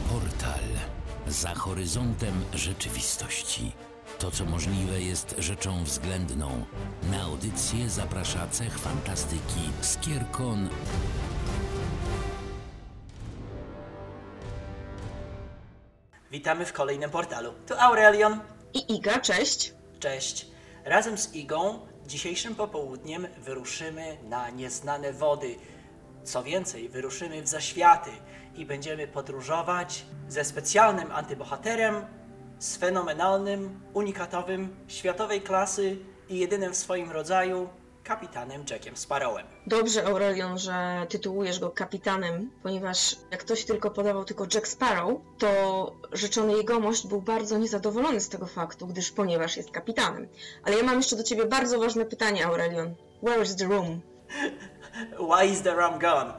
Portal. Za horyzontem rzeczywistości. To, co możliwe, jest rzeczą względną. Na audycję zaprasza cech fantastyki Skierkon. Witamy w kolejnym portalu. Tu Aurelion i Iga, cześć. Cześć. Razem z Igą dzisiejszym popołudniem wyruszymy na nieznane wody. Co więcej, wyruszymy w zaświaty i będziemy podróżować ze specjalnym antybohaterem, z fenomenalnym, unikatowym, światowej klasy i jedynym w swoim rodzaju kapitanem Jackiem Sparrowem. Dobrze, Aurelion, że tytułujesz go kapitanem, ponieważ jak ktoś tylko podawał tylko Jack Sparrow, to rzeczony jegomość był bardzo niezadowolony z tego faktu, ponieważ jest kapitanem. Ale ja mam jeszcze do ciebie bardzo ważne pytanie, Aurelion. Where is the room? Why is the rum gone?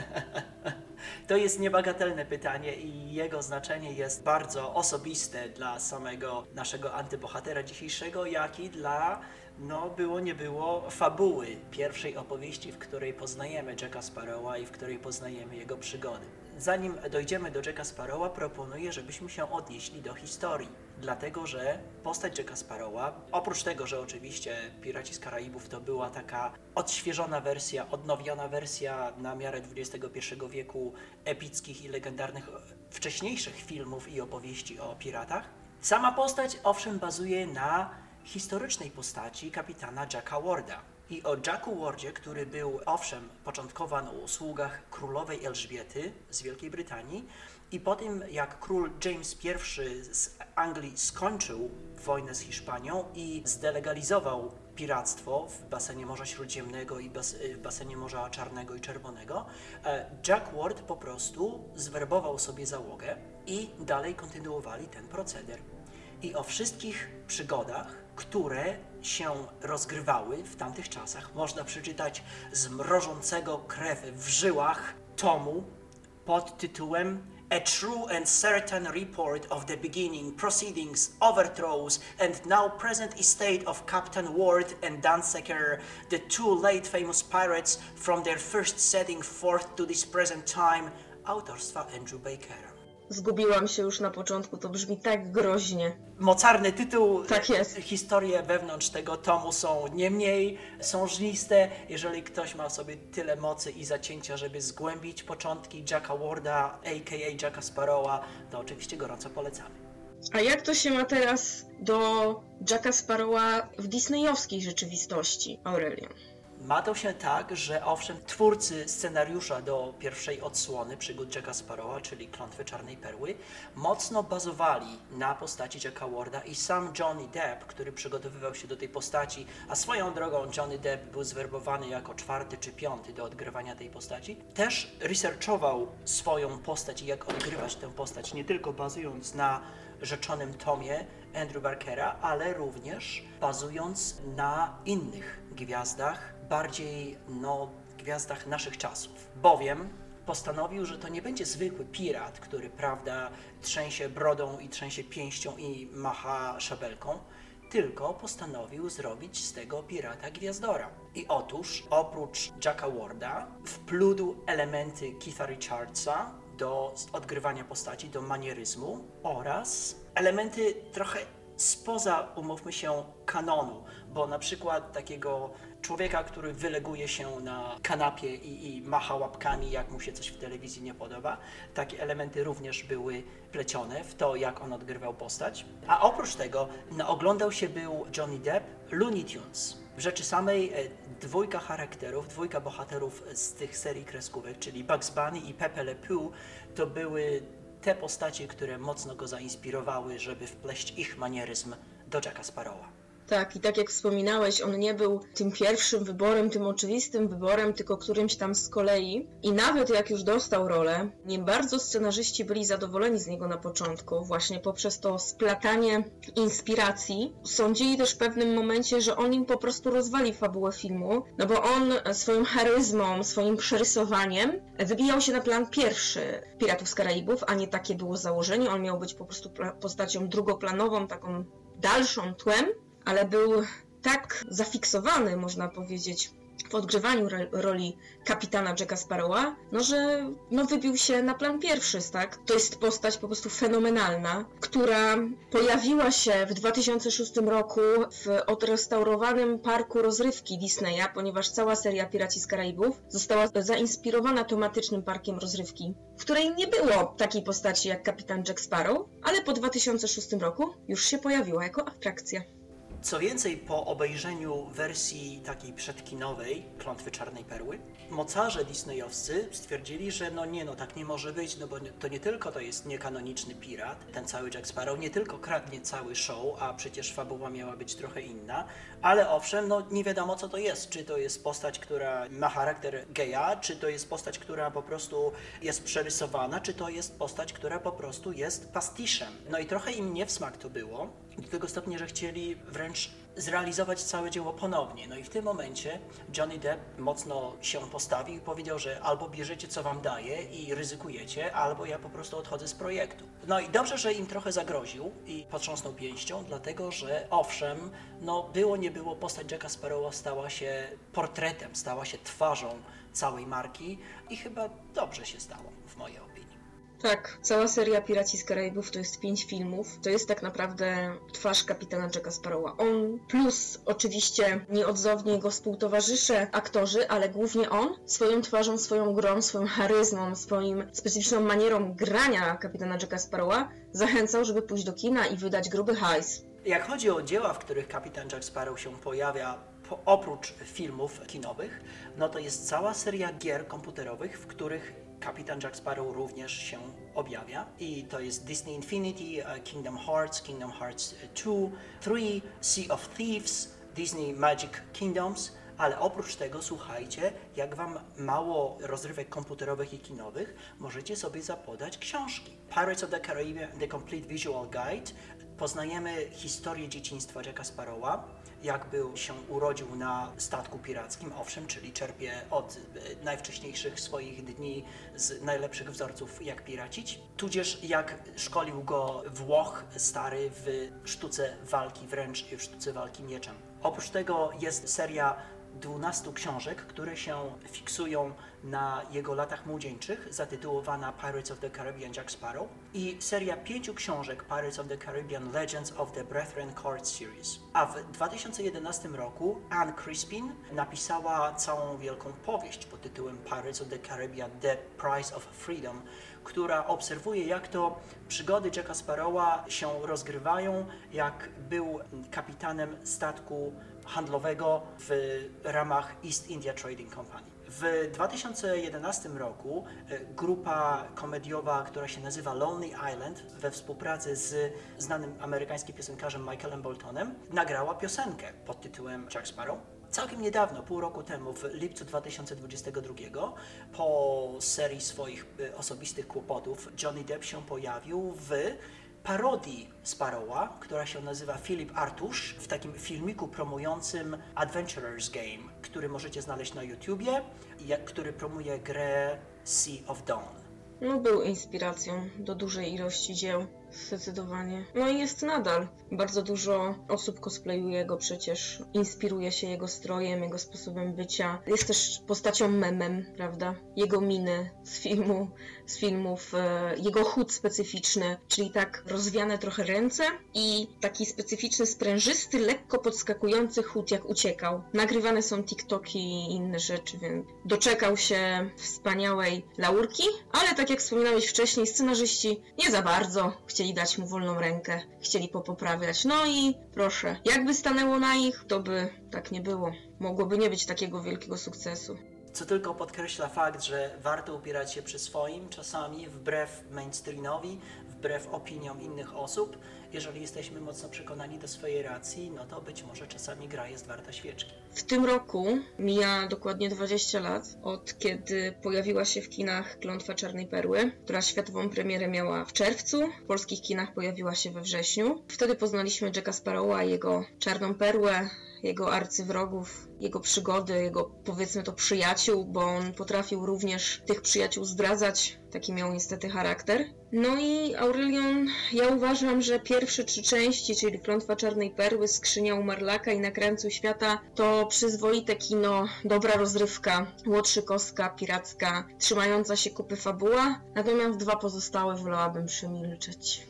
To jest niebagatelne pytanie i jego znaczenie jest bardzo osobiste dla samego naszego antybohatera dzisiejszego, jak i dla, było nie było, fabuły pierwszej opowieści, w której poznajemy Jacka Sparrowa i w której poznajemy jego przygody. Zanim dojdziemy do Jacka Sparrowa, proponuję, żebyśmy się odnieśli do historii. Dlatego, że postać Jacka Sparrowa, oprócz tego, że oczywiście Piraci z Karaibów to była taka odświeżona wersja, odnowiona wersja na miarę XXI wieku epickich i legendarnych wcześniejszych filmów i opowieści o piratach, sama postać owszem bazuje na historycznej postaci kapitana Jacka Warda. I o Jacku Wardzie, który był owszem początkowo na usługach królowej Elżbiety z Wielkiej Brytanii i po tym jak król James I z Anglii skończył wojnę z Hiszpanią i zdelegalizował piractwo w basenie Morza Śródziemnego i w basenie Morza Czarnego i Czerwonego, Jack Ward po prostu zwerbował sobie załogę i dalej kontynuowali ten proceder. I o wszystkich przygodach, które się rozgrywały w tamtych czasach, można przeczytać z mrożącego krew w żyłach tomu pod tytułem A True and Certain Report of the Beginning, Proceedings, Overthrows and Now Present Estate of Captain Ward and Danseker, the two late famous pirates from their first setting forth to this present time, autorstwa Andrew Bakera. Zgubiłam się już na początku, to brzmi tak groźnie. Mocarny tytuł. Tak jest. Historie wewnątrz tego tomu są nie mniej sążniste. Jeżeli ktoś ma w sobie tyle mocy i zacięcia, żeby zgłębić początki Jacka Warda, a.k.a. Jacka Sparrowa, to oczywiście gorąco polecamy. A jak to się ma teraz do Jacka Sparrowa w disneyowskiej rzeczywistości, Aurelion? Ma to się tak, że owszem, twórcy scenariusza do pierwszej odsłony przygód Jacka Sparrowa, czyli Klątwy Czarnej Perły, mocno bazowali na postaci Jacka Warda i sam Johnny Depp, który przygotowywał się do tej postaci, a swoją drogą Johnny Depp był zwerbowany jako 4. czy 5. do odgrywania tej postaci, też researchował swoją postać i jak odgrywać tę postać, nie tylko bazując na rzeczonym tomie Andrew Bakera, ale również bazując na innych gwiazdach, bardziej gwiazdach naszych czasów. Bowiem postanowił, że to nie będzie zwykły pirat, który, prawda, trzęsie brodą i trzęsie pięścią i macha szabelką, tylko postanowił zrobić z tego pirata gwiazdora. I otóż, oprócz Jacka Warda, wplódł elementy Keitha Richardsa do odgrywania postaci, do manieryzmu oraz elementy trochę spoza, umówmy się, kanonu, bo na przykład takiego człowieka, który wyleguje się na kanapie i macha łapkami, jak mu się coś w telewizji nie podoba, takie elementy również były plecione w to, jak on odgrywał postać. A oprócz tego oglądał się był Johnny Depp Looney Tunes. W rzeczy samej dwójka charakterów, dwójka bohaterów z tych serii kreskówek, czyli Bugs Bunny i Pepe Le Pew, to były te postacie, które mocno go zainspirowały, żeby wpleść ich manieryzm do Jacka Sparrowa. Tak, i tak jak wspominałeś, on nie był tym pierwszym wyborem, tym oczywistym wyborem, tylko którymś tam z kolei. I nawet jak już dostał rolę, nie bardzo scenarzyści byli zadowoleni z niego na początku, właśnie poprzez to splatanie inspiracji. Sądzili też w pewnym momencie, że on im po prostu rozwali fabułę filmu, no bo on swoją charyzmą, swoim przerysowaniem wybijał się na plan pierwszy Piratów z Karaibów, a nie takie było założenie. On miał być po prostu postacią drugoplanową, taką dalszą tłem, ale był tak zafiksowany, można powiedzieć, w odgrywaniu roli kapitana Jacka Sparrowa, że wybił się na plan pierwszy, tak? To jest postać po prostu fenomenalna, która pojawiła się w 2006 roku w odrestaurowanym parku rozrywki Disneya, ponieważ cała seria Piraci z Karaibów została zainspirowana tematycznym parkiem rozrywki, w której nie było takiej postaci jak kapitan Jack Sparrow, ale po 2006 roku już się pojawiła jako atrakcja. Co więcej, po obejrzeniu wersji takiej przedkinowej Klątwy Czarnej Perły, mocarze disneyowscy stwierdzili, że tak nie może być, bo to nie tylko to jest niekanoniczny pirat, ten cały Jack Sparrow, nie tylko kradnie cały show, a przecież fabuła miała być trochę inna, ale owszem, nie wiadomo co to jest, czy to jest postać, która ma charakter geja, czy to jest postać, która po prostu jest przerysowana, czy to jest postać, która po prostu jest pastiszem. I trochę im nie w smak to było, do tego stopnia, że chcieli wręcz zrealizować całe dzieło ponownie. I w tym momencie Johnny Depp mocno się postawił i powiedział, że albo bierzecie co wam daje i ryzykujecie, albo ja po prostu odchodzę z projektu. I dobrze, że im trochę zagroził i potrząsnął pięścią, dlatego że owszem, było nie było, postać Jacka Sparrowa stała się portretem, stała się twarzą całej marki i chyba dobrze się stało, w mojej opinii. Tak, cała seria Piraci z Karaibów to jest 5 filmów. To jest tak naprawdę twarz kapitana Jacka Sparrowa. On plus oczywiście nieodzownie jego współtowarzysze, aktorzy, ale głównie on swoją twarzą, swoją grą, swoją charyzmą, swoim specyficzną manierą grania kapitana Jacka Sparrowa zachęcał, żeby pójść do kina i wydać gruby hajs. Jak chodzi o dzieła, w których kapitan Jack Sparrow się pojawia, oprócz filmów kinowych, to jest cała seria gier komputerowych, w których kapitan Jack Sparrow również się objawia. I to jest Disney Infinity, Kingdom Hearts 2, 3, Sea of Thieves, Disney Magic Kingdoms, ale oprócz tego, słuchajcie, jak wam mało rozrywek komputerowych i kinowych, możecie sobie zapodać książki. Pirates of the Caribbean, The Complete Visual Guide. Poznajemy historię dzieciństwa Jacka Sparrowa, jak się urodził na statku pirackim, owszem, czyli czerpie od najwcześniejszych swoich dni z najlepszych wzorców, jak piracić, tudzież jak szkolił go Włoch stary w sztuce walki wręcz i w sztuce walki mieczem. Oprócz tego jest seria 12 książek, które się fiksują na jego latach młodzieńczych, zatytułowana Pirates of the Caribbean Jack Sparrow, i seria 5 książek Pirates of the Caribbean Legends of the Brethren Court Series. A w 2011 roku Anne Crispin napisała całą wielką powieść pod tytułem Pirates of the Caribbean The Price of Freedom, która obserwuje, jak to przygody Jacka Sparrowa się rozgrywają, jak był kapitanem statku handlowego w ramach East India Trading Company. W 2011 roku grupa komediowa, która się nazywa Lonely Island, we współpracy z znanym amerykańskim piosenkarzem Michaelem Boltonem, nagrała piosenkę pod tytułem Jack Sparrow. Całkiem niedawno, pół roku temu, w lipcu 2022, po serii swoich osobistych kłopotów, Johnny Depp się pojawił w parodii Sparrowa, która się nazywa Philip Artusz, w takim filmiku promującym Adventurer's Game, który możecie znaleźć na YouTubie, który promuje grę Sea of Dawn. Był inspiracją do dużej ilości dzieł, zdecydowanie. I jest nadal. Bardzo dużo osób cosplayuje go przecież, inspiruje się jego strojem, jego sposobem bycia. Jest też postacią memem, prawda? Jego miny z filmów, jego chód specyficzny, czyli tak rozwiane trochę ręce i taki specyficzny, sprężysty, lekko podskakujący chód, jak uciekał. Nagrywane są TikToki i inne rzeczy, więc doczekał się wspaniałej laurki, ale tak jak wspominałeś wcześniej, scenarzyści nie za bardzo chcieli dać mu wolną rękę, chcieli poprawiać. I proszę, jakby stanęło na ich, to by tak nie było. Mogłoby nie być takiego wielkiego sukcesu. Co tylko podkreśla fakt, że warto upierać się przy swoim, czasami wbrew mainstreamowi, wbrew opiniom innych osób. Jeżeli jesteśmy mocno przekonani do swojej racji, to być może czasami gra jest warta świeczki. W tym roku mija dokładnie 20 lat, od kiedy pojawiła się w kinach Klątwa Czarnej Perły, która światową premierę miała w czerwcu, w polskich kinach pojawiła się we wrześniu. Wtedy poznaliśmy Jacka Sparrowa, jego czarną perłę, jego arcywrogów, jego przygody, jego, powiedzmy to, przyjaciół, bo on potrafił również tych przyjaciół zdradzać, Taki miał niestety charakter. No i Aurelion, ja uważam, że pierwsze 3 części, czyli Klątwa Czarnej Perły, Skrzynia Umarlaka i Na Krańcu Świata, to przyzwoite kino, dobra rozrywka, łotrzykowska, piracka, trzymająca się kupy fabuła. Natomiast 2 pozostałe wolałabym przemilczeć.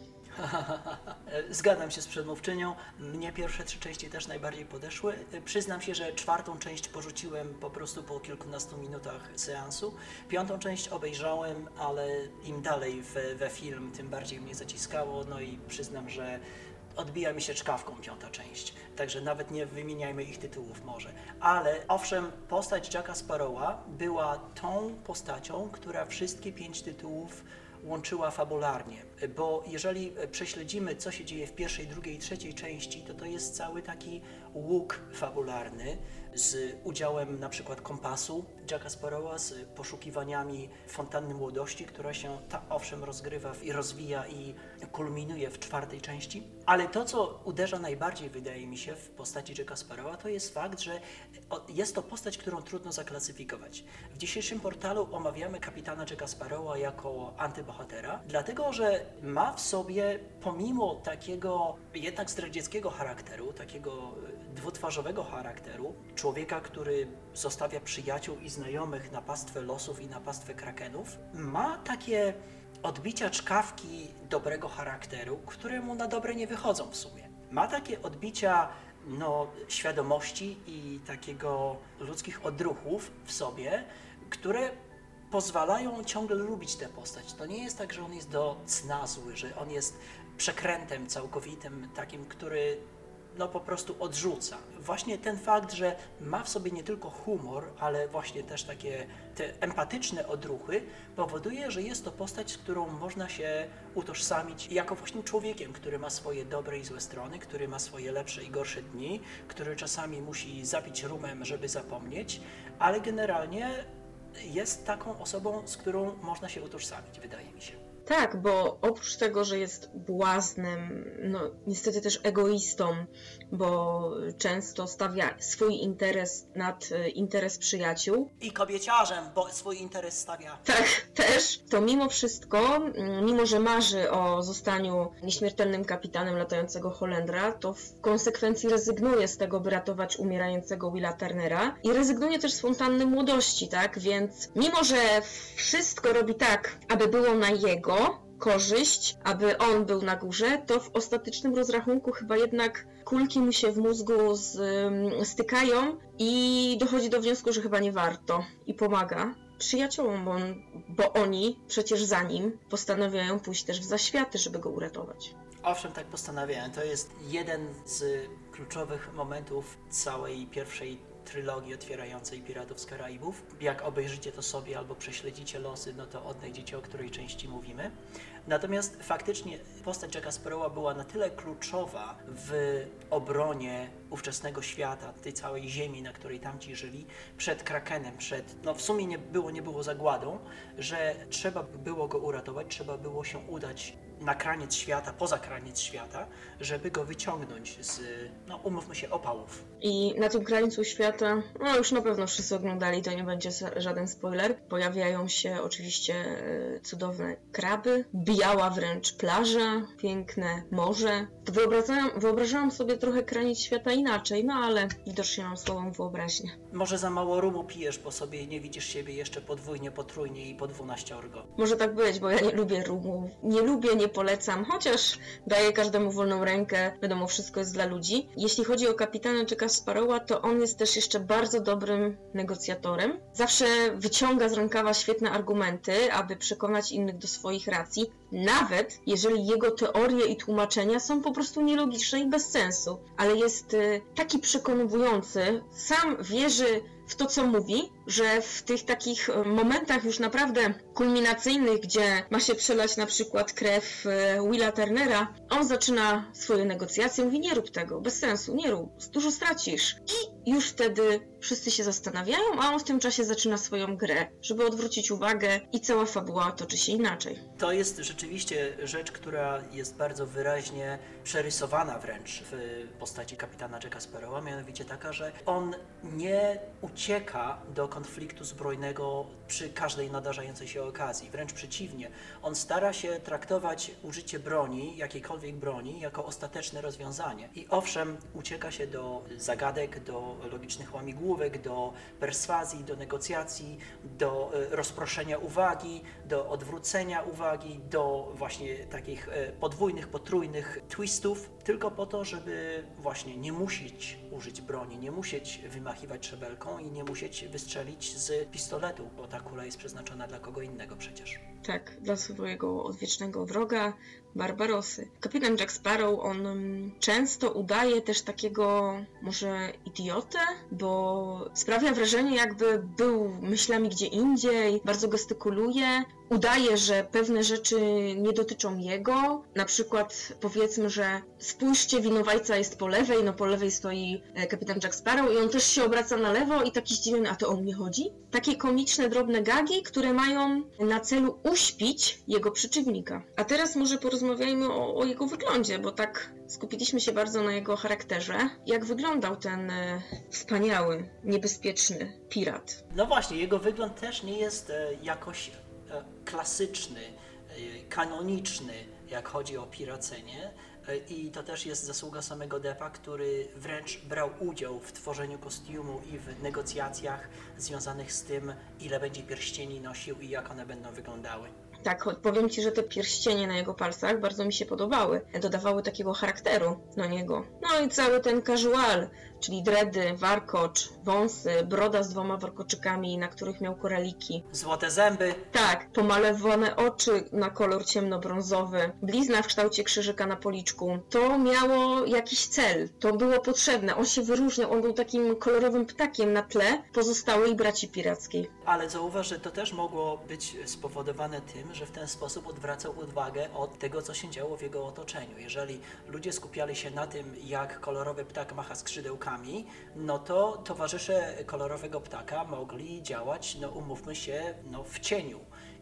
Zgadzam się z przedmówczynią. Mnie pierwsze 3 części też najbardziej podeszły. Przyznam się, że 4. część porzuciłem po prostu po kilkunastu minutach seansu. 5. część obejrzałem, ale im dalej we film, tym bardziej mnie zaciskało. No i przyznam, że odbija mi się czkawką 5. część. Także nawet nie wymieniajmy ich tytułów może. Ale owszem, postać Jacka Sparrowa była tą postacią, która wszystkie 5 tytułów łączyła fabularnie, bo jeżeli prześledzimy, co się dzieje w 1., 2. i 3. części, to jest cały taki łuk fabularny z udziałem na przykład kompasu Jacka Sparrowa, z poszukiwaniami fontanny młodości, która się owszem rozgrywa i rozwija i kulminuje w 4. części. Ale to, co uderza najbardziej, wydaje mi się, w postaci Jacka Sparrowa, to jest fakt, że jest to postać, którą trudno zaklasyfikować. W dzisiejszym portalu omawiamy kapitana Jacka Sparrowa jako antybohatera, dlatego że ma w sobie, pomimo takiego jednak zdradzieckiego charakteru, takiego dwutwarzowego charakteru, człowieka, który zostawia przyjaciół i znajomych na pastwę losów i na pastwę krakenów, ma takie odbicia czkawki dobrego charakteru, które mu na dobre nie wychodzą w sumie. Ma takie odbicia świadomości i takiego ludzkich odruchów w sobie, które pozwalają ciągle lubić tę postać. To nie jest tak, że on jest do cna zły, że on jest przekrętem całkowitym, takim, który po prostu odrzuca. Właśnie ten fakt, że ma w sobie nie tylko humor, ale właśnie też takie te empatyczne odruchy, powoduje, że jest to postać, z którą można się utożsamić jako właśnie człowiekiem, który ma swoje dobre i złe strony, który ma swoje lepsze i gorsze dni, który czasami musi zapić rumem, żeby zapomnieć, ale generalnie jest taką osobą, z którą można się utożsamić, wydaje mi się. Tak, bo oprócz tego, że jest błaznem, niestety też egoistą, bo często stawia swój interes nad interes przyjaciół. I kobieciarzem, bo swój interes stawia. Tak, też. To mimo wszystko, mimo że marzy o zostaniu nieśmiertelnym kapitanem latającego Holendra, to w konsekwencji rezygnuje z tego, by ratować umierającego Willa Turnera i rezygnuje też z fontanny młodości, tak? Więc mimo, że wszystko robi tak, aby było na jego korzyść, aby on był na górze, to w ostatecznym rozrachunku chyba jednak kulki mu się w mózgu stykają i dochodzi do wniosku, że chyba nie warto i pomaga przyjaciołom, bo oni przecież za nim postanawiają pójść też w zaświaty, żeby go uratować. Owszem, tak postanawiają. To jest jeden z kluczowych momentów całej pierwszej trylogii otwierającej Piratów z Karaibów. Jak obejrzycie to sobie albo prześledzicie losy, to odnajdziecie, o której części mówimy. Natomiast faktycznie postać Jacka Sparrowa była na tyle kluczowa w obronie ówczesnego świata, tej całej ziemi, na której tamci żyli, przed Krakenem, w sumie nie było zagładą, że trzeba było go uratować, trzeba było się udać na kraniec świata, poza kraniec świata, żeby go wyciągnąć z, umówmy się, opałów. I na tym krańcu świata, już na pewno wszyscy oglądali, to nie będzie żaden spoiler, pojawiają się oczywiście cudowne kraby, biała wręcz plaża, piękne morze. To wyobrażałam sobie trochę kraniec świata inaczej, ale widocznie mam słabą wyobraźnię. Może za mało rumu pijesz, bo sobie nie widzisz siebie jeszcze podwójnie, potrójnie i po 12. Może tak być, bo ja nie lubię rumu. Nie polecam, chociaż daję każdemu wolną rękę. Wiadomo, wszystko jest dla ludzi. Jeśli chodzi o kapitana Jacka Sparrowa, to on jest też jeszcze bardzo dobrym negocjatorem. Zawsze wyciąga z rękawa świetne argumenty, aby przekonać innych do swoich racji, nawet jeżeli jego teorie i tłumaczenia są po prostu nielogiczne i bez sensu. Ale jest taki przekonujący, sam wierzy w to, co mówi, że w tych takich momentach już naprawdę kulminacyjnych, gdzie ma się przelać na przykład krew Willa Turnera, on zaczyna swoje negocjacje, mówi: nie rób tego, bez sensu, nie rób, dużo stracisz. I już wtedy wszyscy się zastanawiają, a on w tym czasie zaczyna swoją grę, żeby odwrócić uwagę i cała fabuła toczy się inaczej. To jest rzeczywiście rzecz, która jest bardzo wyraźnie przerysowana wręcz w postaci kapitana Jacka Sparrowa, mianowicie taka, że on nie ucieka do konfliktu zbrojnego przy każdej nadarzającej się okazji. Wręcz przeciwnie, on stara się traktować użycie broni, jakiejkolwiek broni, jako ostateczne rozwiązanie. I owszem, ucieka się do zagadek, do logicznych łamigłówek, do perswazji, do negocjacji, do rozproszenia uwagi, do odwrócenia uwagi, do właśnie takich podwójnych, potrójnych twistów, tylko po to, żeby właśnie nie musieć użyć broni, nie musieć wymachiwać szabelką i nie musieć wystrzelić z pistoletu, bo ta kula jest przeznaczona dla kogo innego przecież. Tak, dla swojego odwiecznego wroga, Barbarossy. Kapitan Jack Sparrow, on często udaje też takiego może idiotę, bo sprawia wrażenie, jakby był myślami gdzie indziej, bardzo gestykuluje, udaje, że pewne rzeczy nie dotyczą jego. Na przykład powiedzmy, że spójrzcie, winowajca jest po lewej, no po lewej stoi kapitan Jack Sparrow i on też się obraca na lewo i taki zdziwiony, a to o mnie chodzi? Takie komiczne, drobne gagi, które mają na celu uśpić jego przeciwnika. A teraz może porozmawiajmy o jego wyglądzie, bo tak skupiliśmy się bardzo na jego charakterze. Jak wyglądał ten wspaniały, niebezpieczny pirat? No właśnie, jego wygląd też nie jest jakoś klasyczny, kanoniczny, jak chodzi o piracenie. I to też jest zasługa samego Deppa, który wręcz brał udział w tworzeniu kostiumu i w negocjacjach związanych z tym, ile będzie pierścieni nosił i jak one będą wyglądały. Tak, powiem Ci, że te pierścienie na jego palcach bardzo mi się podobały. Dodawały takiego charakteru do niego. No i cały ten casual, czyli dredy, warkocz, wąsy, broda z 2 warkoczykami, na których miał koraliki. Złote zęby. Tak, pomalowane oczy na kolor ciemnobrązowy, blizna w kształcie krzyżyka na policzku. To miało jakiś cel, to było potrzebne. On się wyróżniał, on był takim kolorowym ptakiem na tle pozostałej braci pirackiej. Ale zauważ, że to też mogło być spowodowane tym, że w ten sposób odwracał uwagę od tego, co się działo w jego otoczeniu. Jeżeli ludzie skupiali się na tym, jak kolorowy ptak macha skrzydełkami, no to towarzysze kolorowego ptaka mogli działać, no umówmy się, no w cieniu.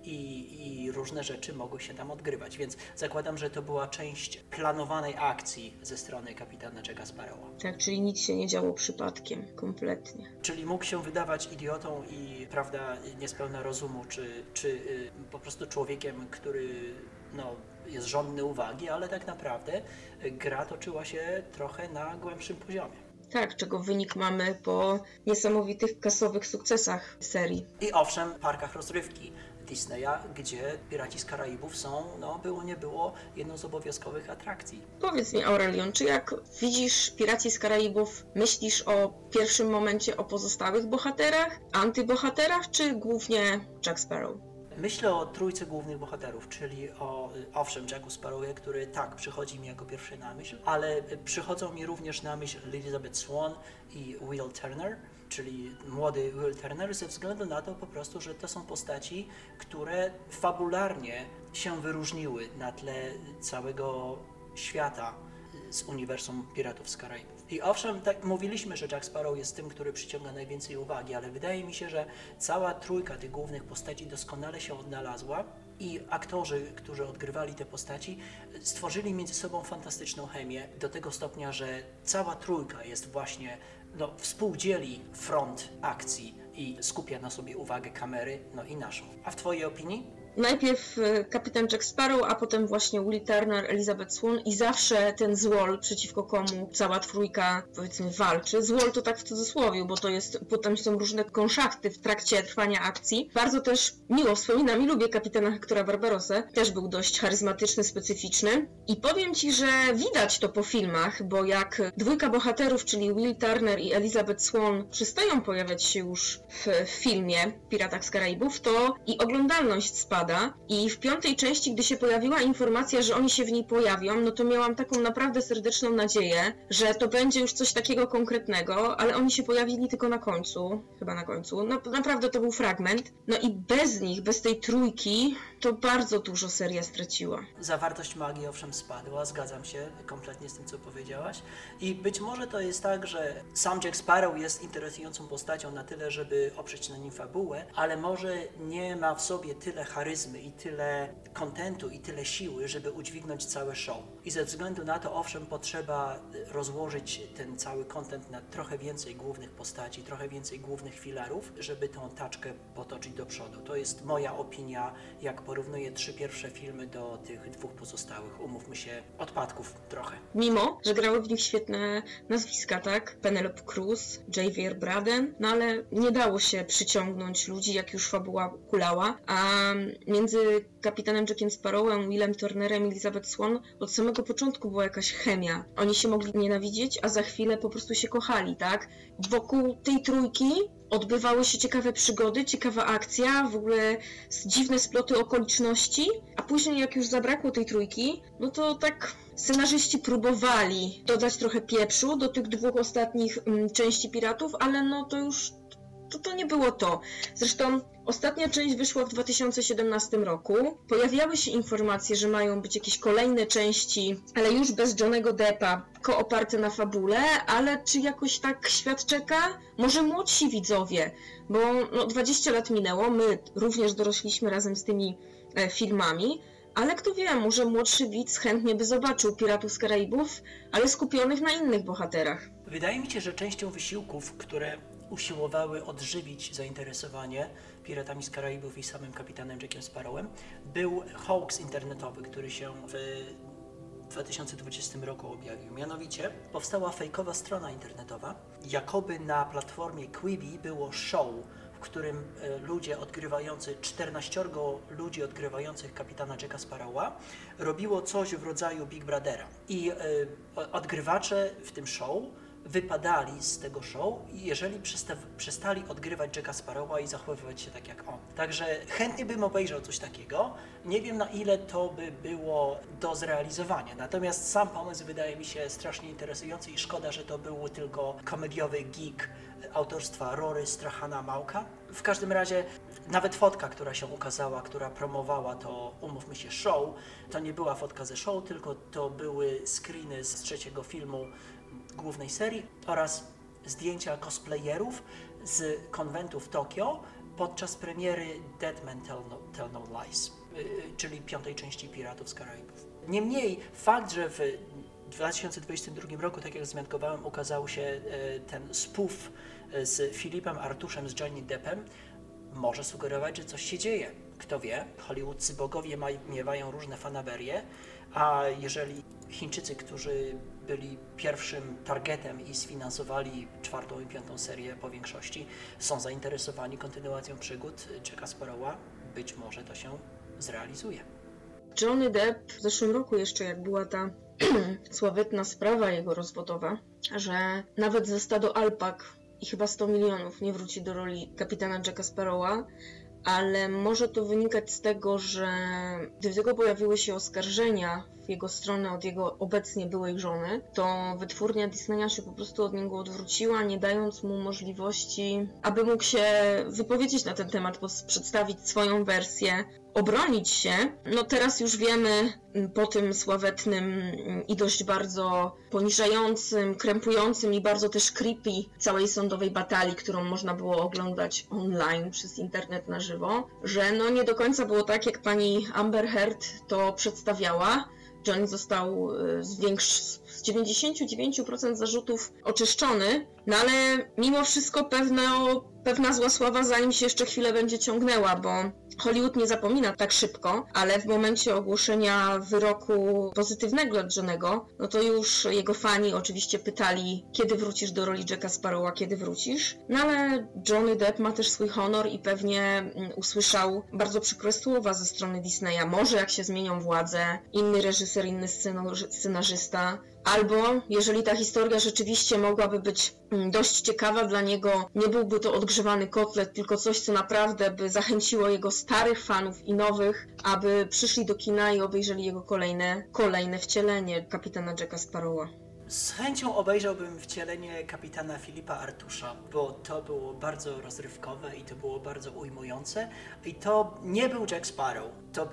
I różne rzeczy mogły się tam odgrywać, więc zakładam, że to była część planowanej akcji ze strony kapitana Jacka Sparrowa. Tak, czyli nic się nie działo przypadkiem, kompletnie. Czyli mógł się wydawać idiotą i, prawda, niespełna rozumu, czy po prostu człowiekiem, który jest żądny uwagi, ale tak naprawdę gra toczyła się trochę na głębszym poziomie. Tak, czego wynik mamy po niesamowitych kasowych sukcesach serii. I owszem, parkach rozrywki Disneya, gdzie Piraci z Karaibów są, było nie było, jedną z obowiązkowych atrakcji. Powiedz mi, Aurelion, czy jak widzisz Piraci z Karaibów, myślisz o pierwszym momencie o pozostałych bohaterach, antybohaterach, czy głównie Jack Sparrow? Myślę o trójce głównych bohaterów, czyli owszem, Jacku Sparrowie, który tak, przychodzi mi jako pierwszy na myśl, ale przychodzą mi również na myśl Elizabeth Swann i Will Turner, czyli młody Will Turner, ze względu na to po prostu, że to są postaci, które fabularnie się wyróżniły na tle całego świata z uniwersum Piratów z Karaibów. I owszem, tak mówiliśmy, że Jack Sparrow jest tym, który przyciąga najwięcej uwagi, ale wydaje mi się, że cała trójka tych głównych postaci doskonale się odnalazła i aktorzy, którzy odgrywali te postaci, stworzyli między sobą fantastyczną chemię do tego stopnia, że cała trójka jest właśnie, współdzieli front akcji i skupia na sobie uwagę kamery, i naszą. A w Twojej opinii? Najpierw kapitan Jack Sparrow, a potem właśnie Will Turner, Elizabeth Swann i zawsze ten złol, przeciwko komu cała trójka, powiedzmy, walczy. Złol to tak w cudzysłowie, bo to jest, potem są różne konszachty w trakcie trwania akcji. Bardzo też miło wspominam i lubię kapitana Hectora Barbarossę. Też był dość charyzmatyczny, specyficzny. I powiem Ci, że widać to po filmach, bo jak dwójka bohaterów, czyli Will Turner i Elizabeth Swann, przestają pojawiać się już w filmie Piratach z Karaibów, to i oglądalność spada. spada i w 5. części, gdy się pojawiła informacja, że oni się w niej pojawią, no to miałam taką naprawdę serdeczną nadzieję, że to będzie już coś takiego konkretnego, ale oni się pojawili tylko na końcu, chyba na końcu, no naprawdę to był fragment, no i bez nich, bez tej trójki, to bardzo dużo seria straciła. Zawartość magii owszem spadła, zgadzam się kompletnie z tym, co powiedziałaś. I być może to jest tak, że sam Jack Sparrow jest interesującą postacią na tyle, żeby oprzeć na nim fabułę, ale może nie ma w sobie tyle charyzmy i tyle kontentu i tyle siły, żeby udźwignąć całe show. I ze względu na to owszem potrzeba rozłożyć ten cały kontent na trochę więcej głównych postaci, trochę więcej głównych filarów, żeby tą taczkę potoczyć do przodu. To jest moja opinia, jak porównuję 3 pierwsze filmy do tych 2 pozostałych, umówmy się, odpadków trochę. Mimo, że grały w nich świetne nazwiska, tak? Penelope Cruz, Javier Bardem, no ale nie dało się przyciągnąć ludzi, jak już fabuła kulała, a między kapitanem Jackiem Sparrowem, Willem Turnerem i Elizabeth Swann od samego początku była jakaś chemia. Oni się mogli nienawidzieć, a za chwilę po prostu się kochali, tak? Wokół tej trójki odbywały się ciekawe przygody, ciekawa akcja, w ogóle dziwne sploty okoliczności, a później jak już zabrakło tej trójki, no to tak scenarzyści próbowali dodać trochę pieprzu do tych 2 ostatnich części Piratów, ale no to już to nie było to. Zresztą ostatnia część wyszła w 2017 roku. Pojawiały się informacje, że mają być jakieś kolejne części, ale już bez Johnnego Deppa, oparte na fabule, ale czy jakoś tak świat czeka? Może młodsi widzowie, bo no, 20 lat minęło, my również dorośliśmy razem z tymi filmami, ale kto wie, może młodszy widz chętnie by zobaczył Piratów z Karaibów, ale skupionych na innych bohaterach. Wydaje mi się, że częścią wysiłków, które usiłowały odżywić zainteresowanie Piratami z Karaibów i samym kapitanem Jackiem Sparrowem, był hoax internetowy, który się w 2020 roku objawił. Mianowicie powstała fejkowa strona internetowa, jakoby na platformie Quibi było show, w którym ludzie odgrywający, 14 ludzi odgrywających kapitana Jacka Sparrowa robiło coś w rodzaju Big Brothera. I odgrywacze w tym show wypadali z tego show, jeżeli przestali odgrywać Jacka Sparrowa i zachowywać się tak jak on. Także chętnie bym obejrzał coś takiego. Nie wiem, na ile to by było do zrealizowania. Natomiast sam pomysł wydaje mi się strasznie interesujący i szkoda, że to był tylko komediowy gig autorstwa Rory Strachana-Mauka. W każdym razie nawet fotka, która się ukazała, która promowała to, umówmy się, show, to nie była fotka ze show, tylko to były screeny z 3. filmu głównej serii oraz zdjęcia cosplayerów z konwentu w Tokio podczas premiery Dead Men Tell No Lies, czyli 5. części Piratów z Karaibów. Niemniej fakt, że w 2022 roku, tak jak wzmiankowałem, ukazał się ten spoof z Philipem Artuszem, z Johnny Deppem, może sugerować, że coś się dzieje. Kto wie, hollywoodzcy bogowie miewają różne fanaberie, a jeżeli Chińczycy, którzy byli pierwszym targetem i sfinansowali 4. i 5. serię po większości, są zainteresowani kontynuacją przygód Jacka Sparrowa, być może to się zrealizuje. Johnny Depp w zeszłym roku jeszcze, jak była ta sławetna sprawa jego rozwodowa, że nawet za stado alpak i chyba 100 milionów nie wróci do roli kapitana Jacka Sparrowa, ale może to wynikać z tego, że gdy tylko pojawiły się oskarżenia w jego stronę od jego obecnie byłej żony, to wytwórnia Disneya się po prostu od niego odwróciła, nie dając mu możliwości, aby mógł się wypowiedzieć na ten temat, przedstawić swoją wersję, obronić się. No teraz już wiemy po tym sławetnym i dość bardzo poniżającym, krępującym i bardzo też creepy całej sądowej batalii, którą można było oglądać online przez internet na żywo, że no nie do końca było tak, jak pani Amber Heard to przedstawiała. Johnny został z 99% zarzutów oczyszczony, no ale mimo wszystko pewna zła sława za nim się jeszcze chwilę będzie ciągnęła, bo Hollywood nie zapomina tak szybko, ale w momencie ogłoszenia wyroku pozytywnego dla Johnnego, no to już jego fani oczywiście pytali, kiedy wrócisz do roli Jacka Sparrowa, kiedy wrócisz. No ale Johnny Depp ma też swój honor i pewnie usłyszał bardzo przykre słowa ze strony Disneya. Może jak się zmienią władze, inny reżyser, inny scenarzysta, albo jeżeli ta historia rzeczywiście mogłaby być dość ciekawa dla niego, nie byłby to podgrzewany kotlet, tylko coś, co naprawdę by zachęciło jego starych fanów i nowych, aby przyszli do kina i obejrzeli jego kolejne wcielenie kapitana Jacka Sparrowa. Z chęcią obejrzałbym wcielenie kapitana Filipa Artusza, bo to było bardzo rozrywkowe i to było bardzo ujmujące. I to nie był Jack Sparrow,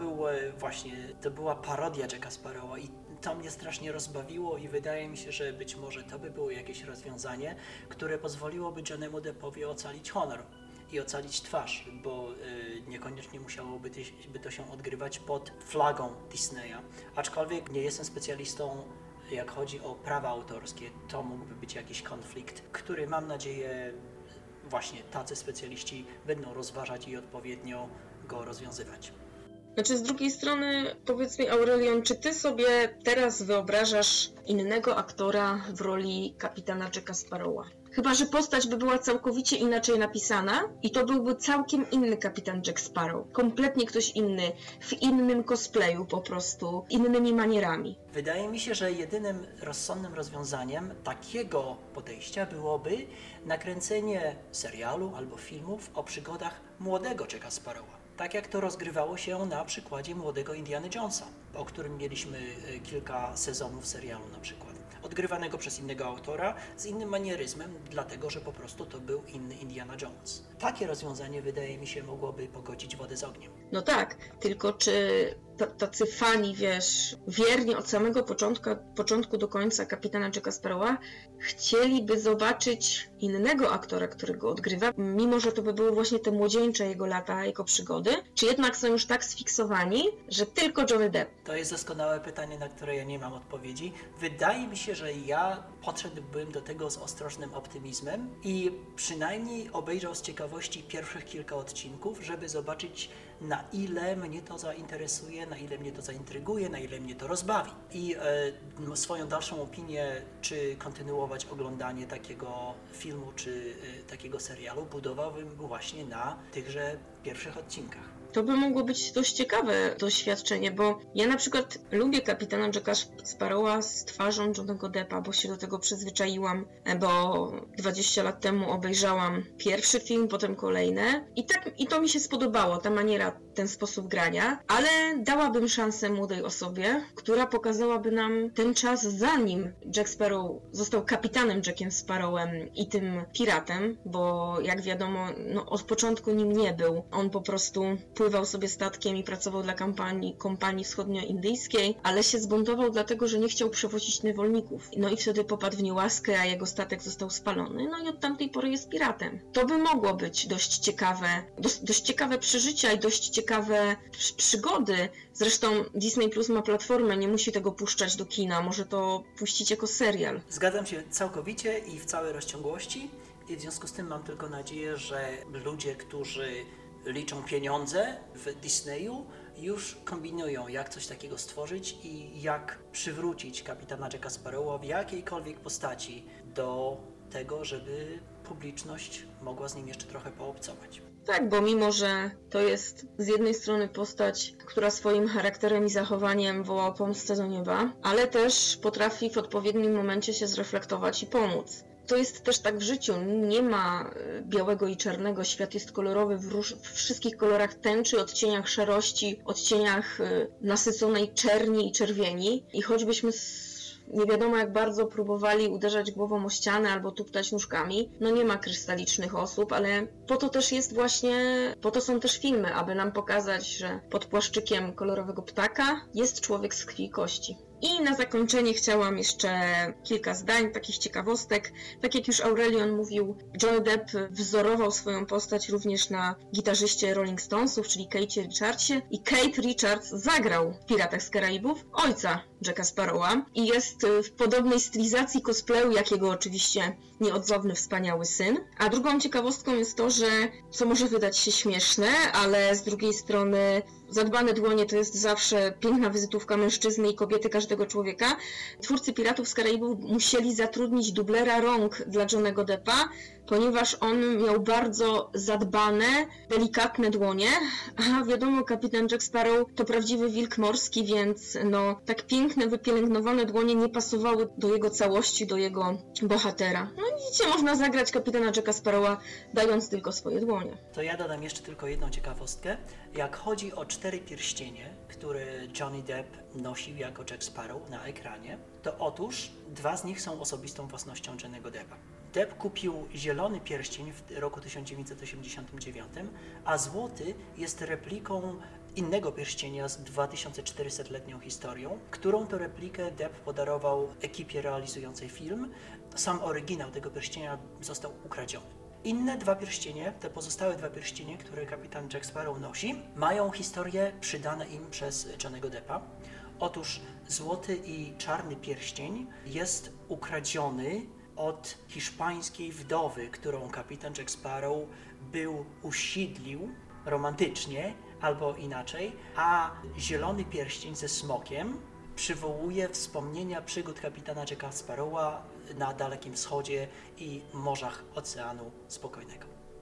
to była parodia Jacka Sparrowa i to mnie strasznie rozbawiło i wydaje mi się, że być może to by było jakieś rozwiązanie, które pozwoliłoby Johnnymu Deppowi ocalić honor i ocalić twarz, bo niekoniecznie musiałoby to się odgrywać pod flagą Disneya. Aczkolwiek nie jestem specjalistą, jak chodzi o prawa autorskie, to mógłby być jakiś konflikt, który mam nadzieję właśnie tacy specjaliści będą rozważać i odpowiednio go rozwiązywać. Znaczy z drugiej strony, powiedz mi Aurelion, czy ty sobie teraz wyobrażasz innego aktora w roli kapitana Jacka Sparrowa? Chyba że postać by była całkowicie inaczej napisana i to byłby całkiem inny kapitan Jack Sparrow. Kompletnie ktoś inny, w innym cosplayu po prostu, innymi manierami. Wydaje mi się, że jedynym rozsądnym rozwiązaniem takiego podejścia byłoby nakręcenie serialu albo filmów o przygodach młodego Jacka Sparrowa. Tak jak to rozgrywało się na przykładzie młodego Indiana Jonesa, o którym mieliśmy kilka sezonów serialu na przykład. Odgrywanego przez innego autora, z innym manieryzmem, dlatego że po prostu to był inny Indiana Jones. Takie rozwiązanie, wydaje mi się, mogłoby pogodzić wodę z ogniem. No tak, tylko czy tacy fani, wierni od samego początku do końca kapitana Jacka Sparrowa chcieliby zobaczyć innego aktora, który go odgrywa, mimo że to by były właśnie te młodzieńcze jego lata, jego przygody, czy jednak są już tak sfiksowani, że tylko Johnny Depp? To jest doskonałe pytanie, na które ja nie mam odpowiedzi. Wydaje mi się, że ja podszedłbym do tego z ostrożnym optymizmem i przynajmniej obejrzał z ciekawości pierwszych kilka odcinków, żeby zobaczyć, na ile mnie to zainteresuje, na ile mnie to zaintryguje, na ile mnie to rozbawi. I swoją dalszą opinię, czy kontynuować oglądanie takiego filmu, czy takiego serialu, budowałbym właśnie na tychże pierwszych odcinkach. To by mogło być dość ciekawe doświadczenie, bo ja na przykład lubię kapitana Jacka Sparrowa z twarzą Johnny'ego Deppa, bo się do tego przyzwyczaiłam, bo 20 lat temu obejrzałam pierwszy film, potem kolejne i to mi się spodobało, ta maniera, ten sposób grania, ale dałabym szansę młodej osobie, która pokazałaby nam ten czas, zanim Jack Sparrow został kapitanem Jackiem Sparrowem i tym piratem, bo jak wiadomo, od początku nim nie był. On po prostu pływał sobie statkiem i pracował dla kompanii wschodnioindyjskiej, ale się zbuntował dlatego, że nie chciał przewozić niewolników. No i wtedy popadł w niełaskę, a jego statek został spalony. No i od tamtej pory jest piratem. To by mogło być dość ciekawe przeżycia i dość ciekawe przygody. Zresztą Disney Plus ma platformę, nie musi tego puszczać do kina, może to puścić jako serial. Zgadzam się całkowicie i w całej rozciągłości i w związku z tym mam tylko nadzieję, że ludzie, którzy liczą pieniądze w Disneyu, już kombinują, jak coś takiego stworzyć i jak przywrócić kapitana Jacka Sparrowa w jakiejkolwiek postaci do tego, żeby publiczność mogła z nim jeszcze trochę poobcować. Tak, bo mimo, że to jest z jednej strony postać, która swoim charakterem i zachowaniem woła o pomstę do nieba, ale też potrafi w odpowiednim momencie się zreflektować i pomóc. To jest też tak w życiu, nie ma białego i czarnego, świat jest kolorowy w wszystkich kolorach tęczy, odcieniach szarości, odcieniach nasyconej czerni i czerwieni i choćbyśmy nie wiadomo jak bardzo próbowali uderzać głową o ścianę albo tuptać nóżkami, nie ma krystalicznych osób, ale po to są też filmy, aby nam pokazać, że pod płaszczykiem kolorowego ptaka jest człowiek z krwi i kości. I na zakończenie chciałam jeszcze kilka zdań, takich ciekawostek. Tak jak już Aurelion mówił, Johnny Depp wzorował swoją postać również na gitarzyście Rolling Stonesów, czyli Keithie Richardsie. I Keith Richards zagrał w Piratach z Karaibów ojca Jacka Sparrowa i jest w podobnej stylizacji cosplayu, jak jego oczywiście nieodzowny, wspaniały syn. A drugą ciekawostką jest to, że, co może wydać się śmieszne, ale z drugiej strony Zadbane dłonie to jest zawsze piękna wizytówka mężczyzny i kobiety, każdego człowieka. Twórcy Piratów z Karaibów musieli zatrudnić dublera rąk dla Johnny'ego Deppa, ponieważ on miał bardzo zadbane, delikatne dłonie, a wiadomo, kapitan Jack Sparrow to prawdziwy wilk morski, więc tak piękne, wypielęgnowane dłonie nie pasowały do jego całości, do jego bohatera. Widzicie, można zagrać kapitana Jacka Sparrowa, dając tylko swoje dłonie. To ja dodam jeszcze tylko jedną ciekawostkę. Jak chodzi o 4 pierścienie, które Johnny Depp nosił jako Jack Sparrow na ekranie, to otóż 2 z nich są osobistą własnością Johnny'ego Deppa. Depp kupił zielony pierścień w roku 1989, a złoty jest repliką innego pierścienia z 2400-letnią historią, którą to replikę Depp podarował ekipie realizującej film. Sam oryginał tego pierścienia został ukradziony. Inne 2 pierścienie, te pozostałe 2 pierścienie, które kapitan Jack Sparrow nosi, mają historie przydane im przez Johnny'ego Deppa. Otóż złoty i czarny pierścień jest ukradziony od hiszpańskiej wdowy, którą kapitan Jack Sparrow usiedlił romantycznie, albo inaczej, a zielony pierścień ze smokiem przywołuje wspomnienia przygód kapitana Jacka Sparrowa na Dalekim Wschodzie i morzach Oceanu Spokojnego.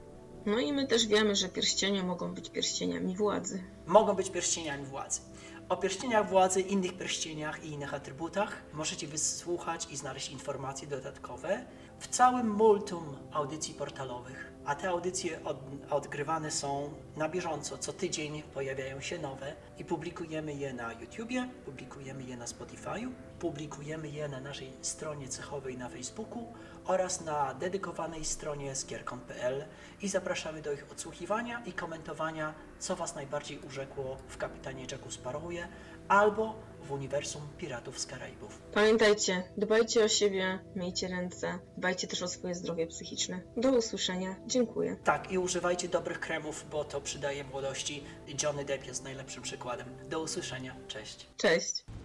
I my też wiemy, że pierścienie mogą być pierścieniami władzy. Mogą być pierścieniami władzy. O pierścieniach władzy, innych pierścieniach i innych atrybutach możecie wysłuchać i znaleźć informacje dodatkowe w całym multum audycji portalowych. A te audycje odgrywane są na bieżąco. Co tydzień pojawiają się nowe i publikujemy je na YouTubie, publikujemy je na Spotify'u, publikujemy je na naszej stronie cechowej na Facebooku oraz na dedykowanej stronie skierkon.pl i zapraszamy do ich odsłuchiwania i komentowania, co Was najbardziej urzekło w kapitanie Jacku Sparrowie albo w uniwersum Piratów z Karaibów. Pamiętajcie, dbajcie o siebie, myjcie ręce, dbajcie też o swoje zdrowie psychiczne. Do usłyszenia. Dziękuję. Tak, i używajcie dobrych kremów, bo to przydaje młodości. Johnny Depp jest najlepszym przykładem. Do usłyszenia. Cześć. Cześć.